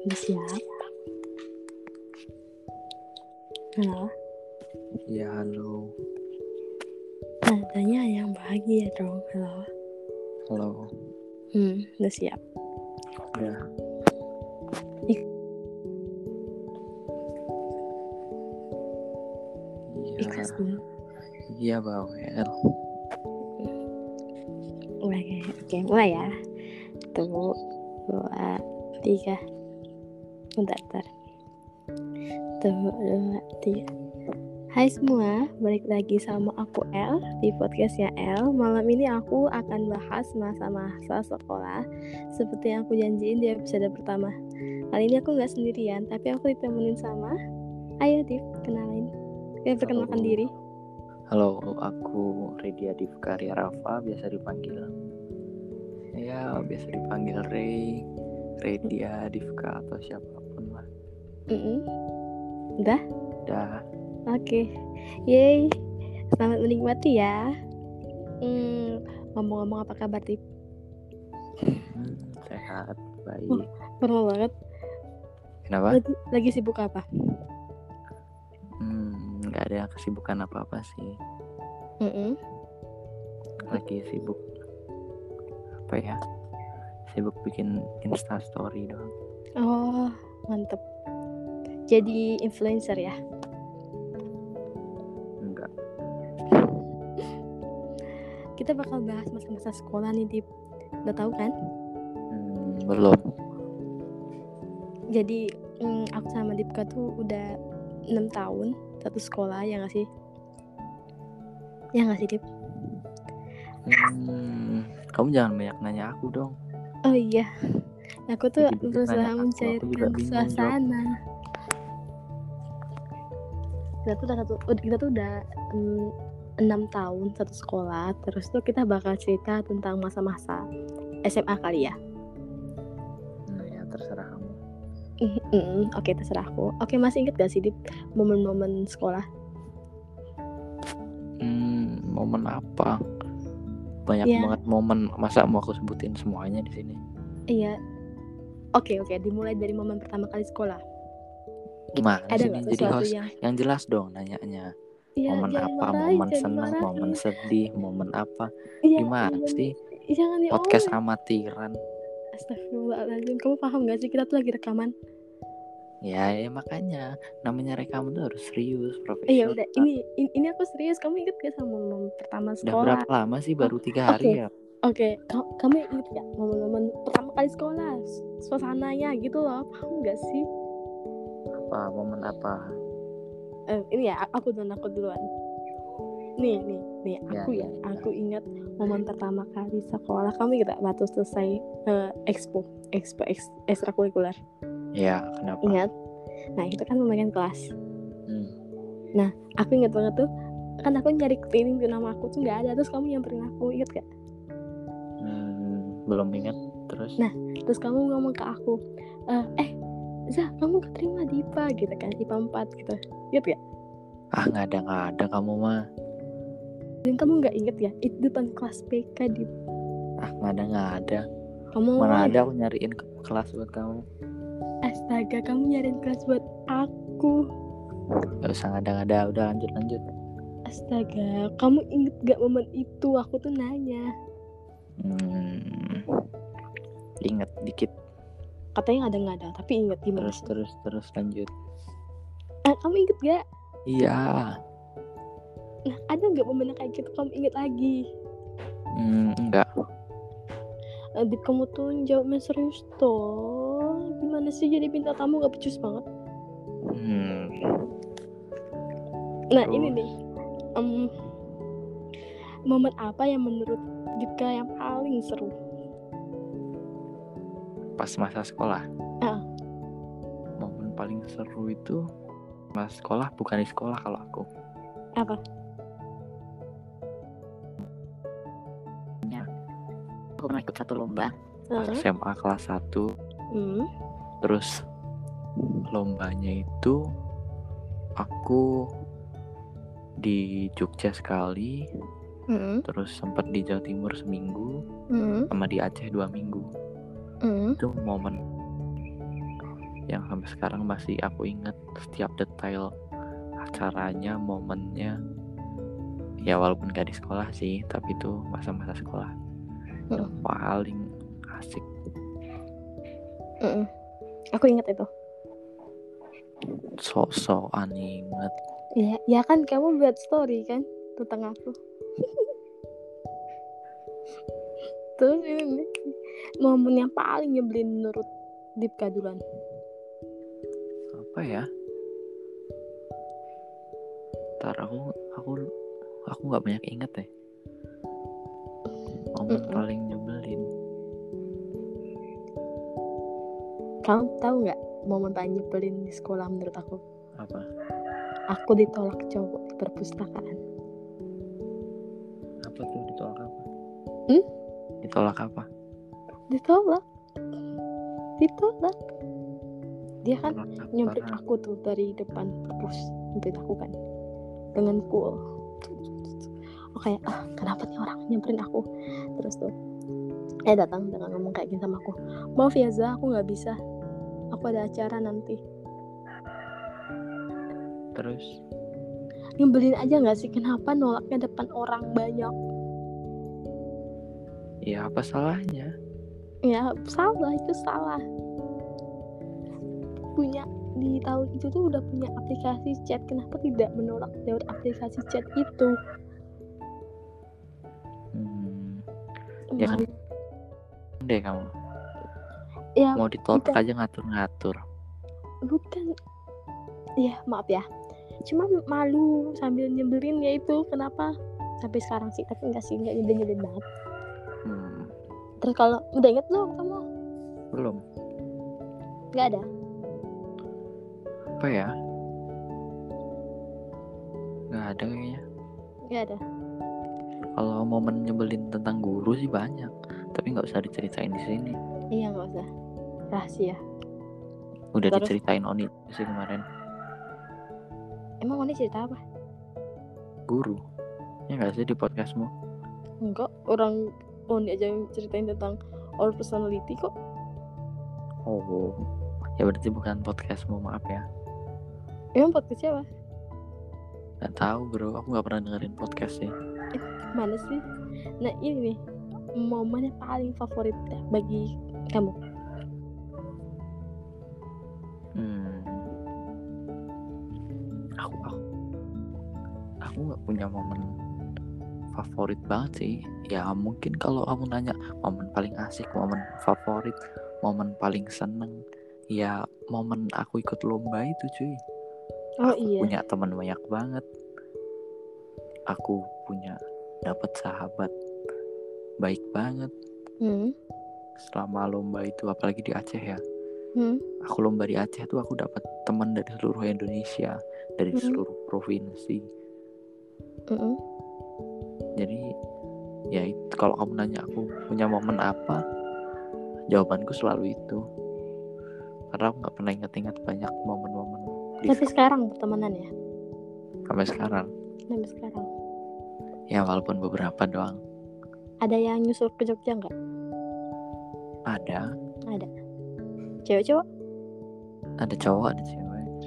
Udah siap? Halo? Ya, halo. Tanya yang bahagia dong. Halo? Halo. Udah siap? Udah. Ikhlas dulu. Iya, bawel. Oke, mulai ya. 1, 2, 3. Bentar. 1, 2, 3. Hai semua, balik lagi sama aku El di podcastnya El. Malam ini aku akan bahas masa-masa sekolah seperti yang aku janjiin di episode pertama. Kali ini aku gak sendirian, tapi aku ditemenin sama Ayo Div, kenalin. Perkenalkan diri. Halo, aku Redia Divkaria Rafa, biasa dipanggil Ray, Redia Divka atau siapapun lah. Udah? Udah. Oke. Yeay. Selamat menikmati ya. Ngomong-ngomong apa kabar, Tip? Sehat, baik. Normal banget. Kenapa? Lagi sibuk apa? Nggak ada kesibukan apa-apa sih. Lagi sibuk apa ya? Sibuk bikin Insta story doang. Oh, mantep. Jadi influencer ya? Enggak. Kita bakal bahas masa-masa sekolah nih, Dip. Udah tahu kan? Belum. Jadi aku sama Dipka tuh udah 6 tahun satu sekolah, ya gak sih? Ya gak sih, Dip? Kamu jangan banyak nanya aku dong. Oh iya, aku tuh berusaha mencairkan suasana. Kita tuh udah 6 tahun satu sekolah. Terus tuh kita bakal cerita tentang masa-masa SMA kali ya. Ya terserah kamu. Oke, terserah aku. Oke, masih inget gak sih Dip momen-momen sekolah? Momen apa? Banyak banget momen, masa mau aku sebutin semuanya di sini? Iya. Oke, dimulai dari momen pertama kali sekolah. Gimana ada sih jadi host yang jelas dong nanyanya? Ya, momen apa? Momen senang, momen sedih, momen apa? Ya, gimana sih? Podcast amatiran. Astagfirullahaladzim, kamu paham gak sih kita tuh lagi rekaman? Ya makanya namanya rekaman tuh harus serius, profesional. Iya udah, ini aku serius. Kamu inget gak sama momen pertama sekolah? Udah berapa lama sih? Baru 3 hari ya? Oke. Kamu inget gak momen-momen pertama kali sekolah? Suasananya gitu loh, paham gak sih? Apa? Momen apa? Ini ya, aku duluan. Nih, aku ingat momen pertama kali sekolah. Kamu inget gak waktu selesai expo ekstrakurikuler? Ya, kenapa? Ingat? Nah, itu kan pembagian kelas. Nah, aku ingat banget tuh, kan aku nyari cleaning tuh, nama aku tuh nggak ada, terus kamu nyamperin aku, inget gak? Belum ingat. Terus? Nah, terus kamu ngomong ke aku, Zah, kamu keterima di IPA gitu kan, IPA 4 gitu, inget gak? Nggak ada kamu mah. Dan kamu nggak inget ya, itu depan kelas PK di. Nggak ada. Kamu mana ada aku nyariin kelas buat kamu. Astaga, kamu nyariin kelas buat aku. Gak usah ngada-ngada, udah lanjut. Astaga, kamu inget gak momen itu? Aku tuh nanya. Inget dikit. Katanya ngada-ngada, tapi inget gimana? Terus lanjut. Kamu inget gak? Iya. Nah, ada gak momen kayak gitu kamu inget lagi? Enggak. Dip, kamu tuh jawabnya serius toh. Gimana sih jadi bintang tamu gak becus banget? Nah, terus? Ini nih momen apa yang menurut Dipka yang paling seru pas masa sekolah? Momen paling seru itu pas sekolah, bukan di sekolah kalau aku. Apa? Aku pernah ikut satu lomba pas SMA kelas 1. Terus lombanya itu aku di Jogja sekali, terus sempat di Jawa Timur seminggu, sama di Aceh 2 minggu. Itu momen yang sampai sekarang masih aku ingat setiap detail acaranya, momennya. Ya walaupun gak di sekolah sih, tapi itu masa-masa sekolah yang paling asik. Aku ingat itu. Sok-sokan inget. Iya, ya kan kamu buat story kan tentang aku. Terus ini momen yang paling nyebelin menurut Dipka duluan. Apa ya? Ntar aku nggak banyak inget deh. Momen paling nyebelin. Kamu tahu nggak momen paling nyebelin di sekolah menurut aku? Apa? Aku ditolak cowok di perpustakaan. Apa tuh ditolak apa? Ditolak apa? Ditolak. Dia kan nyemprit aku tuh dari depan perpus, nyemprit aku kan dengan cool. Oke, kenapa nih orang nyamperin aku? Terus tuh datang dengan ngomong kayak gini sama aku, maaf ya Za, aku nggak bisa, aku ada acara nanti. Terus nyebelin aja nggak sih? Kenapa nolaknya depan orang banyak? Ya apa salahnya? Ya salah, itu salah. Punya di tahun itu tuh udah punya aplikasi chat, kenapa tidak menolak lewat aplikasi chat itu? Ya kan deh kamu. Ya, mau ditolak bukan. Aja ngatur-ngatur. Bukan. Ya maaf ya. Cuma malu sambil nyebelin ya itu. Kenapa? Sampai sekarang sih. Tapi enggak sih. Enggak nyebelin banget. Terus kalau udah inget belum kamu? Belum. Enggak ada. Apa ya? Enggak ada kayaknya. Enggak ada. Kalau momen nyebelin tentang guru sih banyak. Tapi nggak usah diceritain di sini. Iya, nggak usah. Rahasia. Udah terus diceritain Oni sih kemarin. Emang Oni cerita apa? Guru. Ya nggak sih di podcastmu? Enggak, orang Oni aja yang ceritain tentang our personality kok. Oh, ya berarti bukan podcastmu, maaf ya. Emang podcast siapa? Gak tahu bro, aku nggak pernah dengerin podcast sih. Mana sih? Nah ini nih momen yang paling favorit bagi kamu. Aku nggak punya momen favorit banget sih. Ya mungkin kalau kamu nanya momen paling asik, momen favorit, momen paling seneng, ya momen aku ikut lomba itu cuy. Aku punya teman banyak banget. Aku punya dapat sahabat baik banget. Selama lomba itu, apalagi di Aceh ya. Aku lomba di Aceh tuh aku dapat teman dari seluruh Indonesia, dari seluruh provinsi. Jadi ya itu, kalau kamu nanya aku punya momen apa, jawabanku selalu itu. Karena aku nggak pernah ingat-ingat banyak momen-momen. Tapi sekarang pertemanan ya? Sampai sekarang. Ya walaupun beberapa doang. Ada yang nyusul ke Jogja nggak? Ada. Cewek cowok? Ada cowok, ada cewek.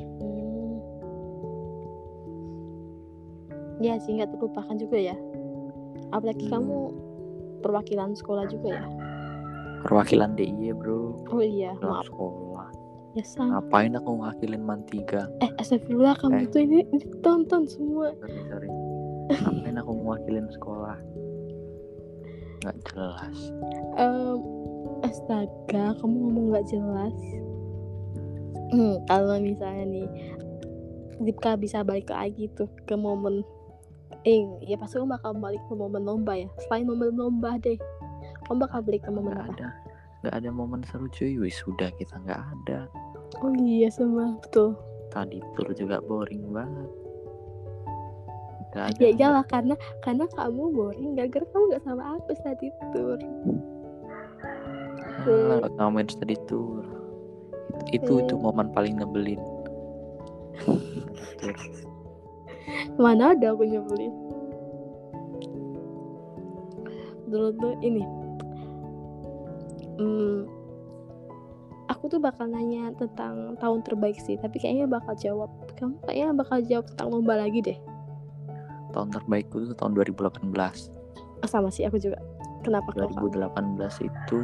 Ya sih, nggak terlupakan juga ya. Apalagi kamu perwakilan sekolah juga ya. Perwakilan DIY bro. Oh iya, dalam maaf. Sekolah. Ya sang. Ngapain aku ngakilin MAN 3? Astagfirullah, kamu tuh ini tonton semua. Sorry. Ngapain aku mewakilin sekolah? Nggak jelas. Astaga, kamu ngomong nggak jelas. Kalau misalnya nih Dipka bisa balik lagi tuh ke momen ya pasti kamu bakal balik ke momen lomba ya. Selain momen lomba deh, kamu bakal balik ke momen apa? Nggak ada momen seru cuy. Wisuda kita nggak ada. Oh iya, semua betul. Tadi tur juga boring banget. Ya iyalah, karena kamu boring gara-gara kamu nggak sama aku tadi tur. Ngomongin study tour itu momen paling nyebelin. Mana ada aku nyebelin. Dulu tuh ini aku aku tuh bakal nanya tentang tahun terbaik sih, tapi kayaknya kamu kayaknya bakal jawab tentang lomba lagi deh. Tahun terbaikku itu tahun 2018. Sama sih aku juga. Kenapa kok kamu? 2018 itu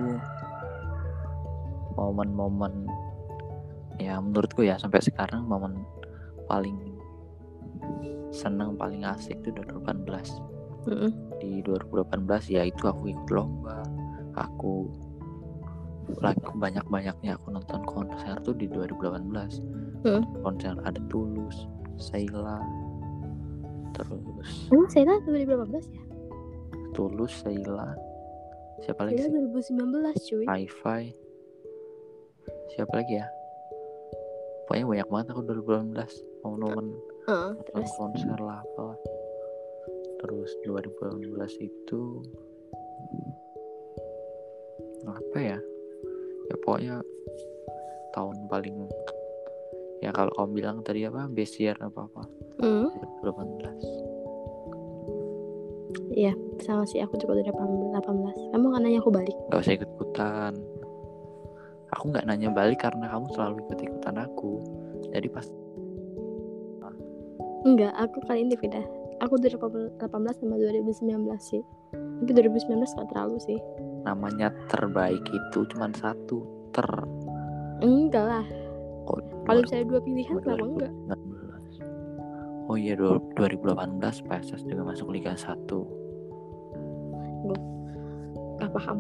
momen-momen, ya menurutku ya sampai sekarang momen paling seneng, paling asik itu 2018. Di 2018 ya itu aku ikut lomba, aku banyak-banyaknya aku nonton konser tuh di 2018. Konser ada Tulus, Sheila, terus Sheila 2018 ya? Tulus, Sheila, siapa lagi Sheila sih? 2019 cuy. Hi-Fi, siapa lagi ya? Pokoknya banyak banget aku 2018 momen-momen nonton konser lah apa. Terus 2018 itu apa ya? Ya pokoknya tahun paling, ya kalau kamu bilang tadi apa, best year apa 2018. Iya, sama sih aku juga 2018. Kamu nggak nanya aku balik? Gak usah ikut-ikutan. Aku nggak nanya balik karena kamu selalu ikut-ikutan aku. Jadi pas enggak, aku kali ini beda. Aku 2018 sama 2019 sih. Tapi 2019 gak terlalu sih. namanya terbaik itu cuma satu, Enggak lah. Oh, Kalau misalnya dua pilihan kenapa enggak? 2019. Oh iya, 2018 PSS juga masuk Liga 1. Gak paham.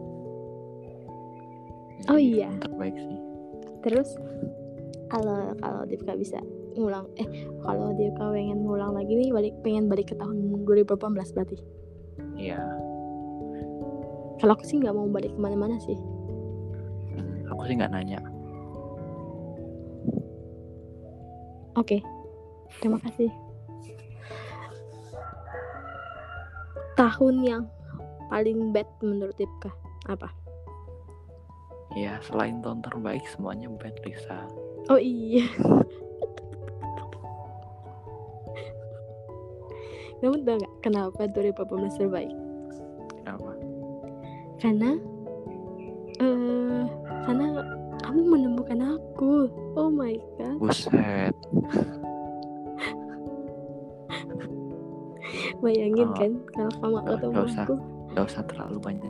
Jadi Oh iya. terbaik sih. Terus kalau Divka bisa ngulang, kalau Divka pengen ngulang lagi nih, pengen balik ke tahun 2018 berarti? Iya. Kalau aku sih nggak mau balik kemana-mana sih. Aku sih nggak nanya. Oke. Terima kasih. Tahun yang paling bad menurut Divka apa? Ya selain tahun terbaik semuanya bad, Lisa. Oh iya. Kamu tahu nggak kenapa 2018 terbaik? Kenapa? Karena kamu menemukan aku. Oh my god. Buset. Bayangin kan kalau kamu ketemu aku. Gak usah terlalu banyak.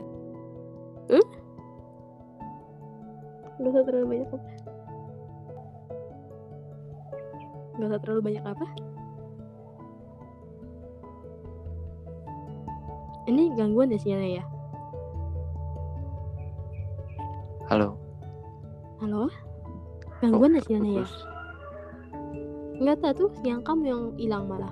Gak usah terlalu banyak apa? Gak usah terlalu banyak apa? Ini gangguan ya sinyalnya ya? Halo? Gangguan ya sinyalnya ya? Enggak tahu tuh, yang kamu yang hilang malah.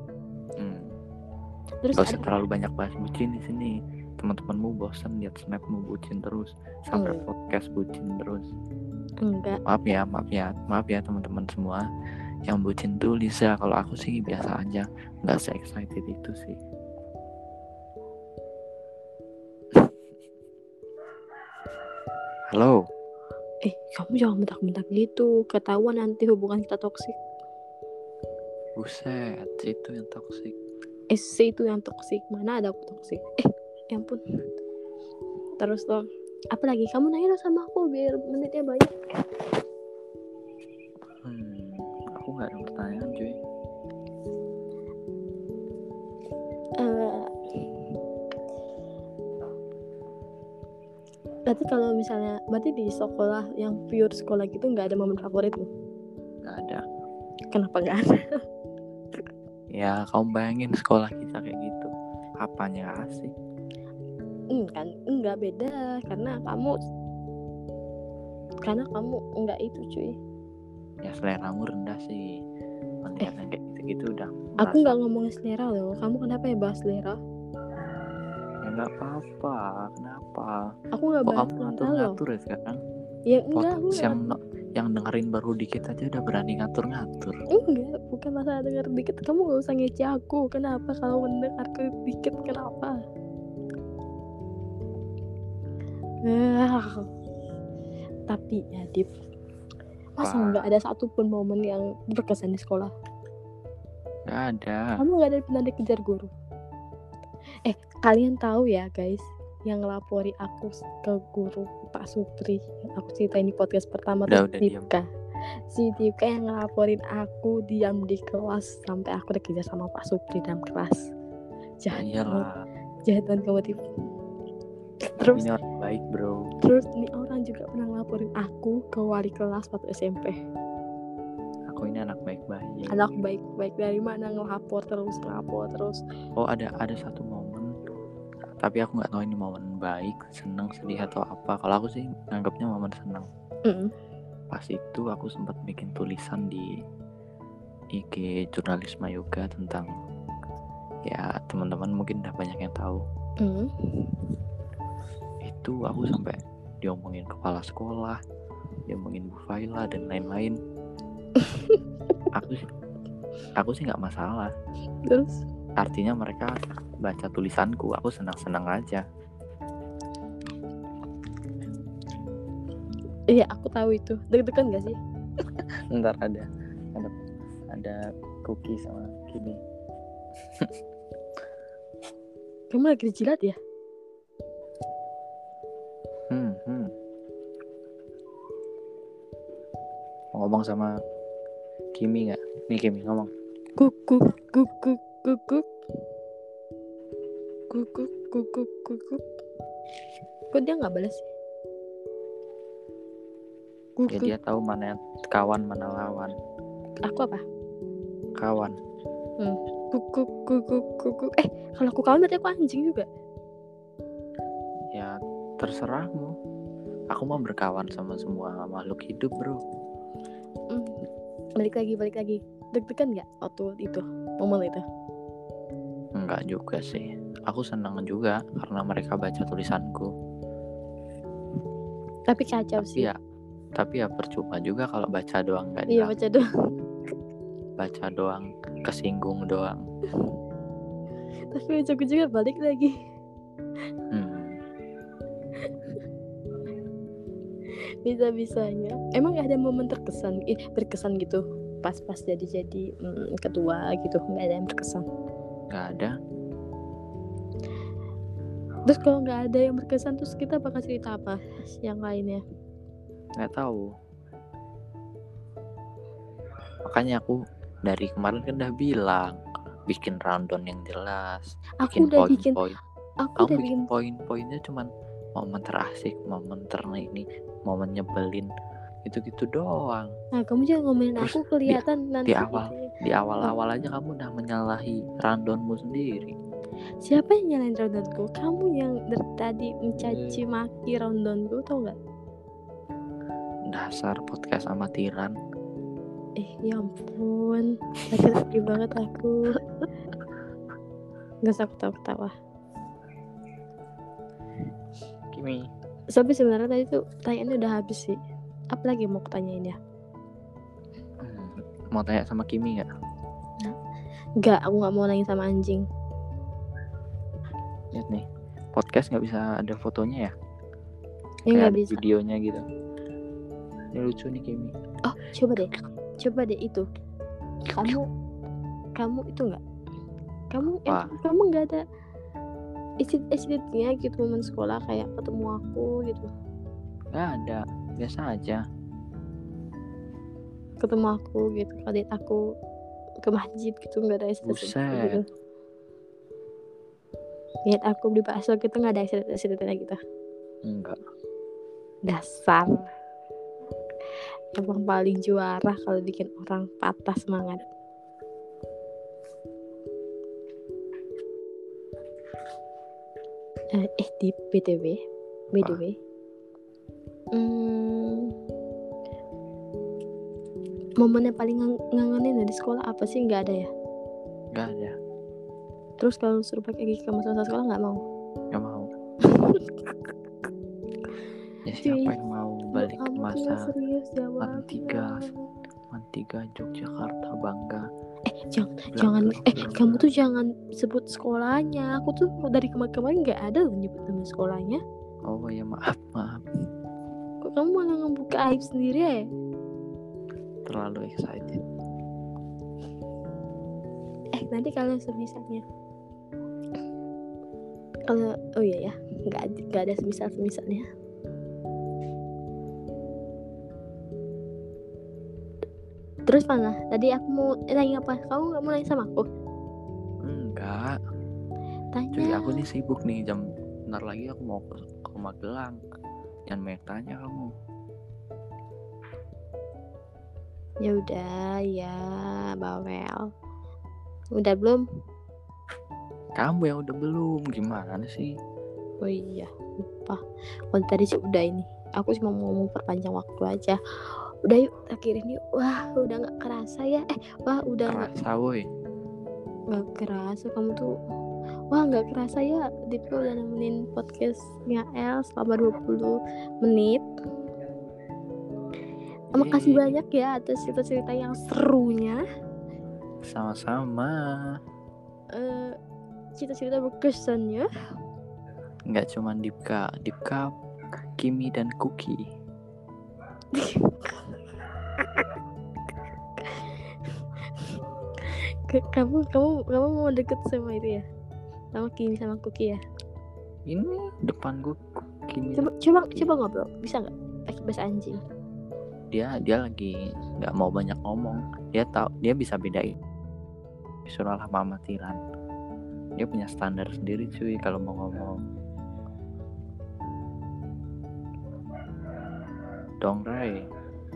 Terus gak usah terlalu banyak bahas bucin di sini. Teman-temanmu bosan lihat snapmu bucin terus, sampai podcast bucin terus. Enggak. Maaf ya teman-teman semua yang bucin tuh Lisa. Kalau aku sih biasa aja, nggak se-excited itu sih. Halo. Kamu jangan bentak-bentak gitu, ketahuan nanti hubungan kita toksik. Buset, itu yang toksik. Itu yang toksik, mana ada aku toksik? Ya ampun. Terus dong, apalagi kamu nanya sama aku biar menitnya banyak. Aku nggak ada pertanyaan cuy. Berarti kalau misalnya, di sekolah yang pure sekolah gitu nggak ada momen favoritmu? Nggak ada. Kenapa nggak ada? Ya kamu bayangin sekolah kita kayak gitu, apanya asik? Enggak beda, karena kamu enggak itu cuy. Ya seleramu rendah sih. Mendingan kayak gitu-gitu udah. Aku nggak ngomongin selera loh. Kamu kenapa ya bahas selera? Ya nggak apa-apa. Kenapa? Aku nggak bahas kamu ngatur-ngatur ya sekarang? Ya enggak. Yang dengerin baru dikit aja udah berani ngatur-ngatur. Enggak, bukan masalah denger dikit. Kamu nggak usah ngece aku. Kenapa kalau mendengar dikit? Kenapa? Tapi ya Dip, masa nggak ada satupun momen yang berkesan di sekolah? Nggak ada. Kamu nggak ada pernah dikejar guru? Kalian tahu ya guys, yang ngelapori aku ke guru Pak Supri. Aku ceritain di podcast pertama Udah tuh diam. Dipka. Si Dipka yang ngelaporin aku diam di kelas sampai aku dikejar sama Pak Supri dalam kelas. Jahat Iyalah. banget kamu Dip. Terus ini orang baik, bro. Terus nih orang juga pernah ngelaporin aku ke wali kelas waktu SMP. Aku ini anak baik-baik. Anak baik-baik dari mana ngelapor terus. Oh, ada satu momen, tapi aku nggak tahu ini momen baik, seneng, sedih atau apa. Kalau aku sih nganggapnya momen seneng. Pas itu aku sempat bikin tulisan di IG Jurnalisme Yoga tentang, ya teman-teman mungkin udah banyak yang tahu. Itu aku sampai diomongin kepala sekolah, diomongin Bu Faila dan lain-lain. Aku sih nggak masalah. Terus Artinya mereka baca tulisanku, aku senang-senang aja. iya aku tahu itu. Deg-degan gak sih? Ntar ada cookie sama Kimi. Kamu lagi dijilat ya? Mau ngomong sama Kimi nggak? Nih Kimi ngomong. Guguk. Kok dia nggak balas sih? Ya dia tahu mana kawan mana lawan. Aku apa? Kawan. Guguk. Kalau aku kawan berarti aku anjing juga. Ya terserahmu. Aku mau berkawan sama semua makhluk hidup, bro. Balik lagi. Deg-degan nggak waktu itu momen itu? Enggak juga sih. Aku senang juga karena mereka baca tulisanku. Tapi kacau sih. Tapi ya percuma juga kalau baca doang nggak Iya baca doang. Baca doang, kesinggung doang. Tapi ujung-ujungnya balik lagi. Bisa-bisanya. Emang gak ada momen berkesan gitu pas jadi ketua gitu, nggak ada yang berkesan? Nggak ada. Terus kalau nggak ada yang berkesan, terus kita bakal cerita apa yang lainnya? Nggak tahu. Makanya aku dari kemarin kan udah bilang bikin rundown yang jelas. Aku udah bikin poin-poinnya cuman momen terasik, momen ini, momen nyebelin, gitu-gitu doang. Nah, kamu jangan ngomongin terus aku kelihatan nanti di awal aja kamu udah menyalahi rundownmu sendiri. Siapa yang nyalain rundownku? Kamu yang dari tadi mencaci maki rundownku, tau nggak? Dasar podcast amatiran. Ya ampun, laki-laki banget aku. Gak usah ketawa-ketawa. Kimi. Tapi sebenarnya tadi tuh pertanyaannya udah habis sih. Apa lagi mau kutanyain ya? Mau tanya sama Kimi nggak? Nggak, aku nggak mau nanya sama anjing. Lihat nih, podcast nggak bisa ada fotonya ya? Ya nggak bisa. Videonya gitu. Ini lucu nih Kimi. Oh, coba deh itu. Kamu itu nggak? Kamu nggak ada isi-isinya gitu momen sekolah kayak ketemu aku gitu? Nggak ada, biasa aja. Ketemu aku gitu, kadit aku ke masjid gitu, nggak ada isi-isi gitu. Lihat aku beli bakso gitu, nggak ada isi-isinya gitu. Enggak. Dasar. Emang paling juara kalau bikin orang patah semangat. Di BTW. Momen yang paling ngangenin dari sekolah apa sih? Nggak ada ya? Nggak ada. Terus kalau suruh pakai gigi ke masa sekolah nggak mau? Nggak mau. Ya siapa yang mau balik ke masa Mantiga Yogyakarta bangga. Jangan kamu tuh jangan sebut sekolahnya. Aku tuh dari kemarin nggak ada loh nyebut nama sekolahnya. Oh ya maaf. Kok kamu malah ngebuka aib sendiri ya? Terlalu excited. Nanti kalau semisalnya Kalau oh iya ya, nggak ada semisalnya. Terus mana? Tadi aku mau nanya apa? Kamu nggak mau nanya sama aku? Enggak. Tanya. Cuy, aku nih sibuk nih, bentar lagi aku mau ke Magelang. Jangan banyak tanya kamu. Ya udah ya, bawel. Udah belum? Kamu yang udah belum, gimana sih? Oh iya, lupa. Oh tadi sih udah ini. Aku cuma mau memperpanjang waktu aja. Udah yuk, akhirin yuk. Wah, udah nggak kerasa ya. Wah, udah Kerasa woi. nggak kerasa kamu tuh. Wah, nggak kerasa ya. Diplo udah nemenin podcastnya El selama 20 menit. Makasih banyak ya atas cerita-cerita yang serunya. Sama-sama. Cerita-cerita berkesannya. Nggak cuma Dipka, Kimi dan Kuki. kamu mau deket sama itu ya? Sama Kimi sama Kuki ya? Ini depan gue Kimi. Coba ngobrol, bisa nggak pakai bahasa anjing? Dia lagi nggak mau banyak ngomong. Dia bisa bedain visual sama amatiran. Dia punya standar sendiri cuy kalau mau ngomong. Dongrai.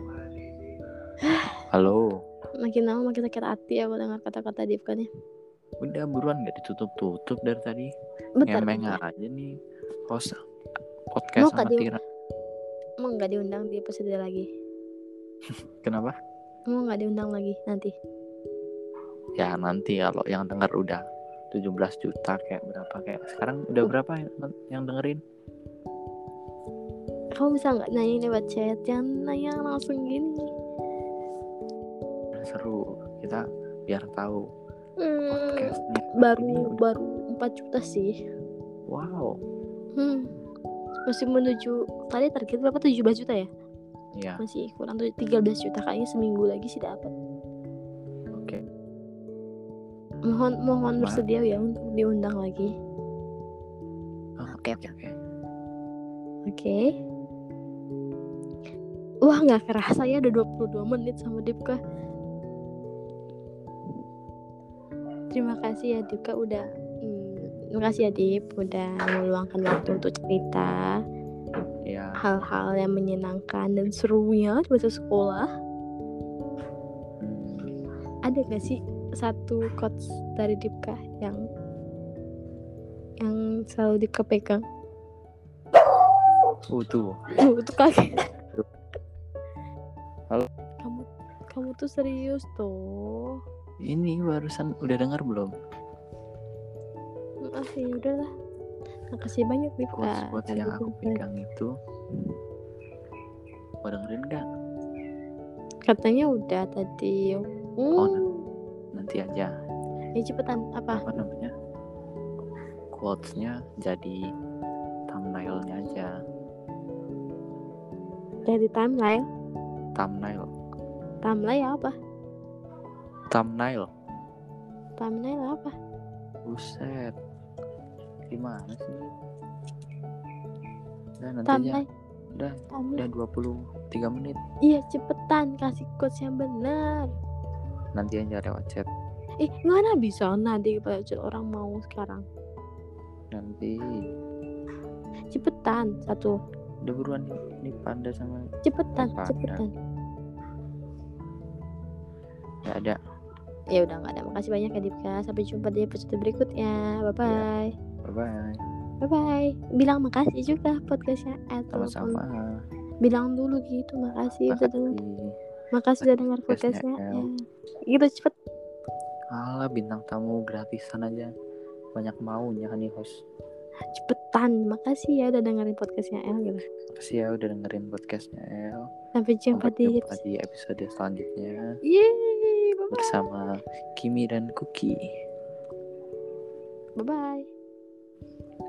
Halo. Makin lama makin sakit hati aku dengar kata-kata Dipka nih. Udah buruan nggak ditutup dari tadi. Bentar, Ngemeng aja nih host podcast amatiran. Mau nggak diundang di episode lagi? Kenapa? Mau nggak diundang lagi nanti? Ya nanti kalau yang denger udah 17 juta kayak berapa, kayak sekarang udah berapa yang dengerin? Kamu bisa nggak nanya lewat chat? Jangan nanya langsung gini. Seru, kita biar tahu podcastnya baru 4 juta sih. Wow. Masih menuju, tadi target berapa? 17 juta ya? Iya. Masih kurang 13 juta, kayaknya seminggu lagi sih dapat. Oke. Mohon bersedia ya untuk diundang lagi. Oke. Wah, nggak kerasa ya udah 22 menit sama Dipka. Terima kasih ya Dipka udah terima kasih ya Dip udah meluangkan waktu untuk cerita ya, hal-hal yang menyenangkan dan serunya di masa sekolah. Ada gak sih satu quotes dari Dipka yang selalu Dipka pegang? Tuh kaget. Halo. Kamu tuh serius tuh? Ini barusan udah dengar belum? Ya udahlah. Makasih banyak Dipka. Quotes yang aku pegang itu mau dengerin gak? Katanya udah tadi. Nanti aja. Ya cepetan, apa namanya? Quotesnya jadi thumbnailnya aja. Jadi thumbnail apa? Thumbnail apa? Buset, gimana sih? Udah nanti thumbnail. Aja. Udah 23 menit. Iya cepetan, kasih quotes yang benar. Nanti aja lewat chat. Mana bisa nanti lewat chat, orang mau sekarang. Nanti. Cepetan satu. Udah buruan nih Panda sama. Cepetan. Gak ada. Ya udah nggak ada. Makasih banyak ya Dipka. Sampai jumpa di episode berikutnya. Bye bye. Bilang makasih juga podcastnya. Sama-sama. Bilang dulu gitu. Makasih udah dengar. Makasih udah dengar podcastnya. Ya. Gitu cepet. Alah, bintang tamu gratisan aja. Banyak maunya kan nih host. Cepetan. Makasih ya udah dengerin podcastnya El gitu. Makasih ya udah dengerin podcastnya El. Sampai jumpa di episode selanjutnya. Yeay, bye-bye. Bersama Kimi dan Kuki. Bye bye.